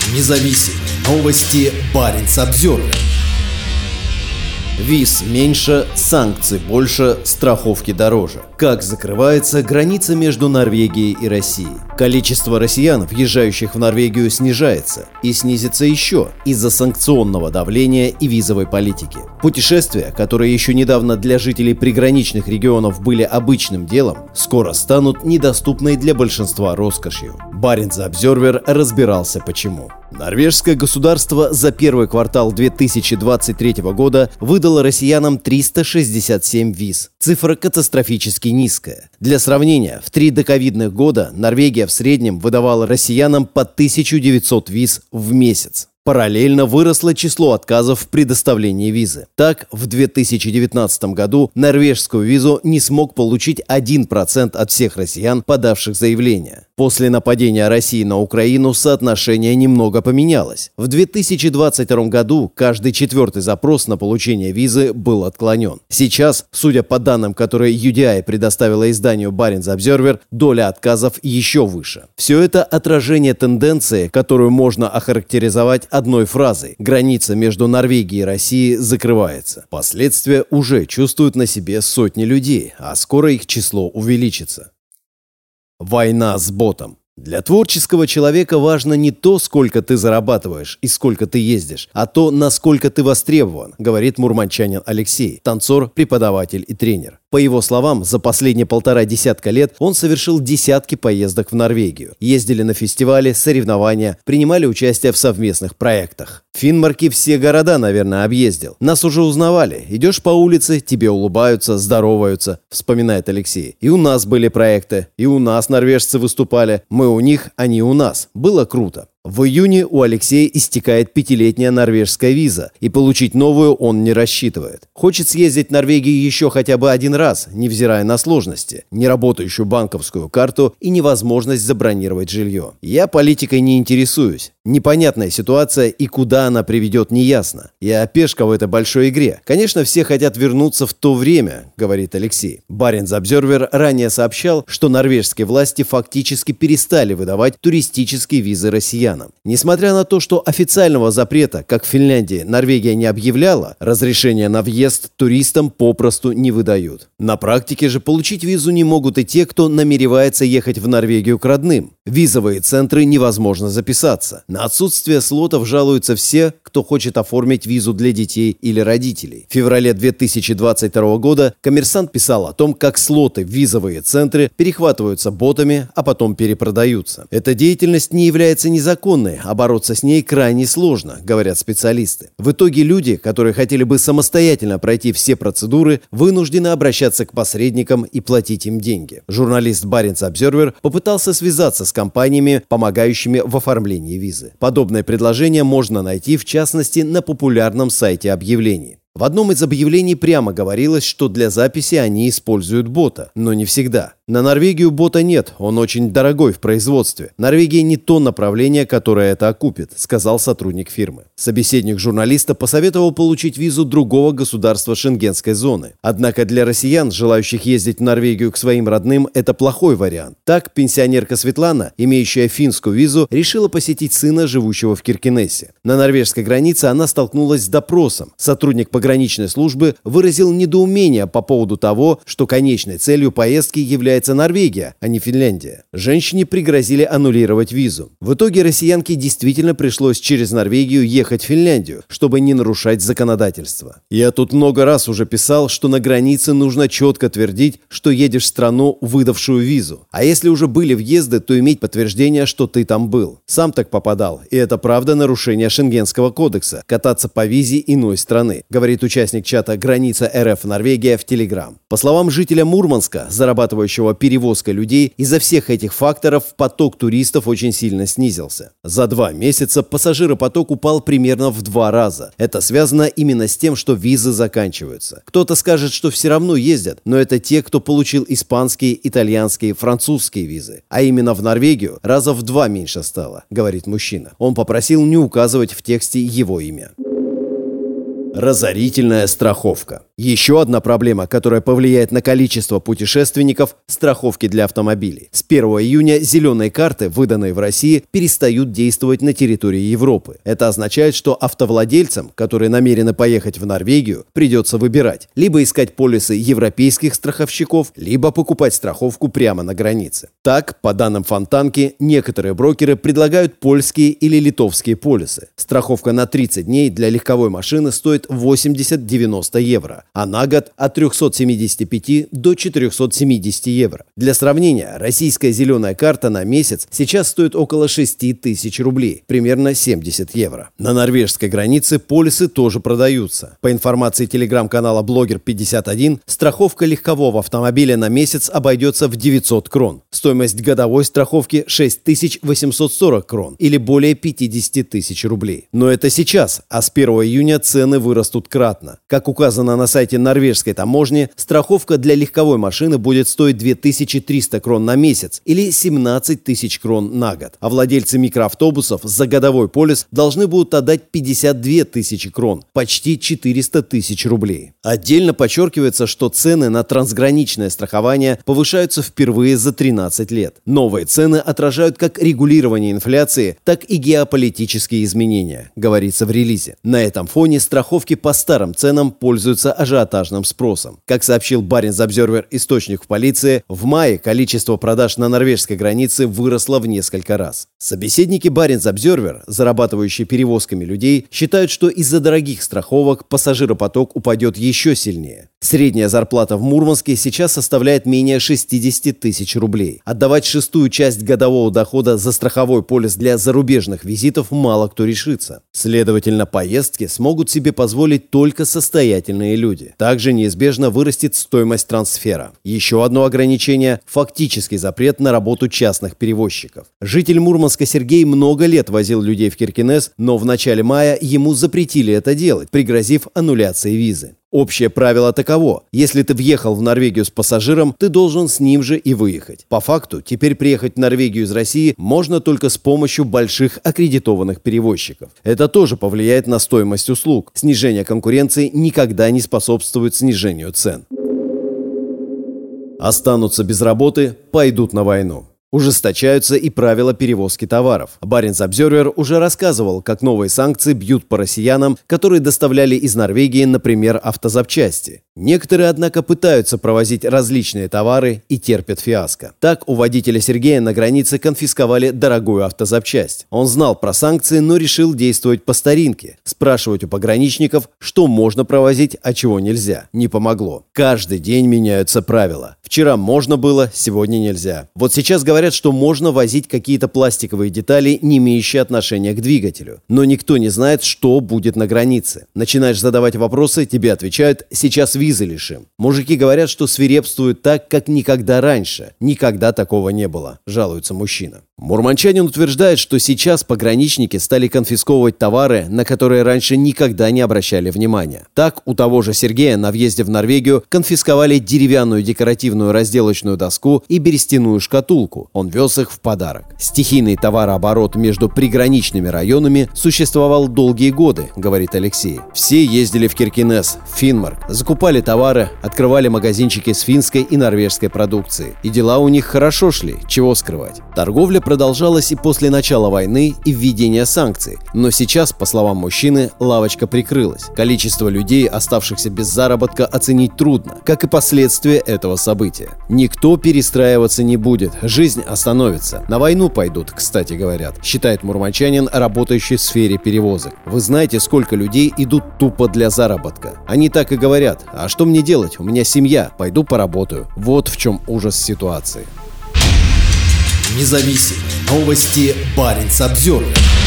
Независимые новости. Баренц-Обзервер. Виз меньше, санкций больше, страховки дороже. Как закрывается граница между Норвегией и Россией? Количество россиян, въезжающих в Норвегию, снижается и снизится еще из-за санкционного давления и визовой политики. Путешествия, которые еще недавно для жителей приграничных регионов были обычным делом, скоро станут недоступной для большинства роскошью. Баренц-Обзервер разбирался почему. Норвежское государство за первый квартал 2023 года выдало россиянам 367 виз. Цифра катастрофически низкая. Для сравнения, в 3 доковидных года Норвегия в среднем выдавала россиянам по 1900 виз в месяц. Параллельно выросло число отказов в предоставлении визы. Так, в 2019 году норвежскую визу не смог получить 1% от всех россиян, подавших заявление. После нападения России на Украину соотношение немного поменялось. В 2022 году каждый 4-й запрос на получение визы был отклонен. Сейчас, судя по данным, которые UDI предоставила изданию Баренц-Обзервер, доля отказов еще выше. Все это отражение тенденции, которую можно охарактеризовать одной фразой: граница между Норвегией и Россией закрывается. Последствия уже чувствуют на себе сотни людей, а скоро их число увеличится. Война с ботом. Для творческого человека важно не то, сколько ты зарабатываешь и сколько ты ездишь, а то, насколько ты востребован, говорит мурманчанин Алексей, танцор, преподаватель и тренер. По его словам, за последние 1,5 десятка лет он совершил десятки поездок в Норвегию. Ездили на фестивали, соревнования, принимали участие в совместных проектах. В Финмарке все города, наверное, объездил. Нас уже узнавали. Идешь по улице, тебе улыбаются, здороваются, вспоминает Алексей. И у нас были проекты, и у нас норвежцы выступали. Мы у них, они у нас. Было круто. В июне у Алексея истекает 5-летняя норвежская виза, и получить новую он не рассчитывает. Хочет съездить в Норвегию еще хотя бы один раз, невзирая на сложности, неработающую банковскую карту и невозможность забронировать жилье. Я политикой не интересуюсь. Непонятная ситуация, и куда она приведет, неясно. Я пешка в этой большой игре. Конечно, все хотят вернуться в то время, говорит Алексей. Баренц-Обзервер ранее сообщал, что норвежские власти фактически перестали выдавать туристические визы россиянам. Несмотря на то, что официального запрета, как в Финляндии, Норвегия не объявляла, разрешения на въезд туристам попросту не выдают. На практике же получить визу не могут и те, кто намеревается ехать в Норвегию к родным. В визовые центры невозможно записаться. На отсутствие слотов жалуются все, кто хочет оформить визу для детей или родителей. В феврале 2022 года «Коммерсант» писал о том, как слоты в визовые центры перехватываются ботами, а потом перепродаются. Эта деятельность не является незаконной, а бороться с ней крайне сложно, говорят специалисты. В итоге люди, которые хотели бы самостоятельно пройти все процедуры, вынуждены обращаться к посредникам и платить им деньги. Журналист Баренц-Обзервер попытался связаться с компаниями, помогающими в оформлении визы. Подобное предложение можно найти, в частности, на популярном сайте объявлений. В одном из объявлений прямо говорилось, что для записи они используют бота, но не всегда. На Норвегию бота нет, он очень дорогой в производстве. Норвегия не то направление, которое это окупит, сказал сотрудник фирмы. Собеседник журналиста посоветовал получить визу другого государства шенгенской зоны. Однако для россиян, желающих ездить в Норвегию к своим родным, это плохой вариант. Так, пенсионерка Светлана, имеющая финскую визу, решила посетить сына, живущего в Киркенесе. На норвежской границе она столкнулась с допросом. Сотрудник пограничной службы выразил недоумение по поводу того, что конечной целью поездки является Норвегия, а не Финляндия. Женщине пригрозили аннулировать визу. В итоге россиянке действительно пришлось через Норвегию ехать в Финляндию, чтобы не нарушать законодательство. Я тут много раз уже писал, что на границе нужно четко твердить, что едешь в страну, выдавшую визу. А если уже были въезды, то иметь подтверждение, что ты там был. Сам так попадал, и это правда нарушение Шенгенского кодекса – кататься по визе иной страны, говорит участник чата «Граница РФ Норвегия» в Телеграм. По словам жителя Мурманска, зарабатывающего перевозкой людей, из-за всех этих факторов поток туристов очень сильно снизился. За 2 месяца пассажиропоток упал примерно в 2 раза. Это связано именно с тем, что визы заканчиваются. Кто-то скажет, что все равно ездят, но это те, кто получил испанские, итальянские, французские визы. А именно в Норвегию раза в 2 меньше стало, говорит мужчина. Он попросил не указывать в тексте его имя. Разорительная страховка. Еще одна проблема, которая повлияет на количество путешественников – страховки для автомобилей. С 1 июня зеленые карты, выданные в России, перестают действовать на территории Европы. Это означает, что автовладельцам, которые намерены поехать в Норвегию, придется выбирать – либо искать полисы европейских страховщиков, либо покупать страховку прямо на границе. Так, по данным Фонтанки, некоторые брокеры предлагают польские или литовские полисы. Страховка на 30 дней для легковой машины стоит 80-90 евро, а на год от 375 до 470 евро. Для сравнения, российская зеленая карта на месяц сейчас стоит около 6 тысяч рублей, примерно 70 евро. На норвежской границе полисы тоже продаются. По информации телеграм-канала Блогер51, страховка легкового автомобиля на месяц обойдется в 900 крон. Стоимость годовой страховки 6840 крон или более 50 тысяч рублей. Но это сейчас, а с 1 июня цены вырастут кратно. Как указано на сайте норвежской таможни, страховка для легковой машины будет стоить 2300 крон на месяц или 17 тысяч крон на год. А владельцы микроавтобусов за годовой полис должны будут отдать 52 тысячи крон, почти 400 тысяч рублей. Отдельно подчеркивается, что цены на трансграничное страхование повышаются впервые за 13 лет. Новые цены отражают как регулирование инфляции, так и геополитические изменения, говорится в релизе. На этом фоне страховки по старым ценам пользуются ажиотажным спросом. Как сообщил Баренц Обзервер, источник в полиции, в мае количество продаж на норвежской границе выросло в несколько раз. Собеседники Баренц Обзервер, зарабатывающие перевозками людей, считают, что из-за дорогих страховок пассажиропоток упадет еще сильнее. Средняя зарплата в Мурманске сейчас составляет менее 60 тысяч рублей. Отдавать шестую часть годового дохода за страховой полис для зарубежных визитов мало кто решится. Следовательно, поездки смогут себе позволить только состоятельные люди. Также неизбежно вырастет стоимость трансфера. Еще одно ограничение – фактический запрет на работу частных перевозчиков. Житель Мурманска Сергей много лет возил людей в Киркенес, но в начале мая ему запретили это делать, пригрозив аннуляцией визы. Общее правило таково: если ты въехал в Норвегию с пассажиром, ты должен с ним же и выехать. По факту, теперь приехать в Норвегию из России можно только с помощью больших аккредитованных перевозчиков. Это тоже повлияет на стоимость услуг. Снижение конкуренции никогда не способствует снижению цен. Останутся без работы, пойдут на войну. Ужесточаются и правила перевозки товаров. Баренц Обзервер уже рассказывал, как новые санкции бьют по россиянам, которые доставляли из Норвегии, например, автозапчасти. Некоторые, однако, пытаются провозить различные товары и терпят фиаско. Так, у водителя Сергея на границе конфисковали дорогую автозапчасть. Он знал про санкции, но решил действовать по старинке. Спрашивать у пограничников, что можно провозить, а чего нельзя. Не помогло. Каждый день меняются правила. Вчера можно было, сегодня нельзя. Вот сейчас говорят, что можно возить какие-то пластиковые детали, не имеющие отношения к двигателю. Но никто не знает, что будет на границе. Начинаешь задавать вопросы, тебе отвечают: сейчас визы лишим. Мужики говорят, что свирепствуют так, как никогда раньше. Никогда такого не было, жалуется мужчина. Мурманчанин утверждает, что сейчас пограничники стали конфисковывать товары, на которые раньше никогда не обращали внимания. Так, у того же Сергея на въезде в Норвегию конфисковали деревянную декоративную разделочную доску и берестяную шкатулку. Он вез их в подарок. Стихийный товарооборот между приграничными районами существовал долгие годы, говорит Алексей. Все ездили в Киркенес, в Финмарк, закупали товары, открывали магазинчики с финской и норвежской продукцией. И дела у них хорошо шли, чего скрывать. Торговля продолжалась и после начала войны и введения санкций. Но сейчас, по словам мужчины, лавочка прикрылась. Количество людей, оставшихся без заработка, оценить трудно, как и последствия этого события. Никто перестраиваться не будет, жизнь остановится. На войну пойдут, кстати говорят, считает мурманчанин, работающий в сфере перевозок. Вы знаете, сколько людей идут тупо для заработка? Они так и говорят: а что мне делать? У меня семья, пойду поработаю. Вот в чем ужас ситуации. Независимые новости. Баренц Обзервер.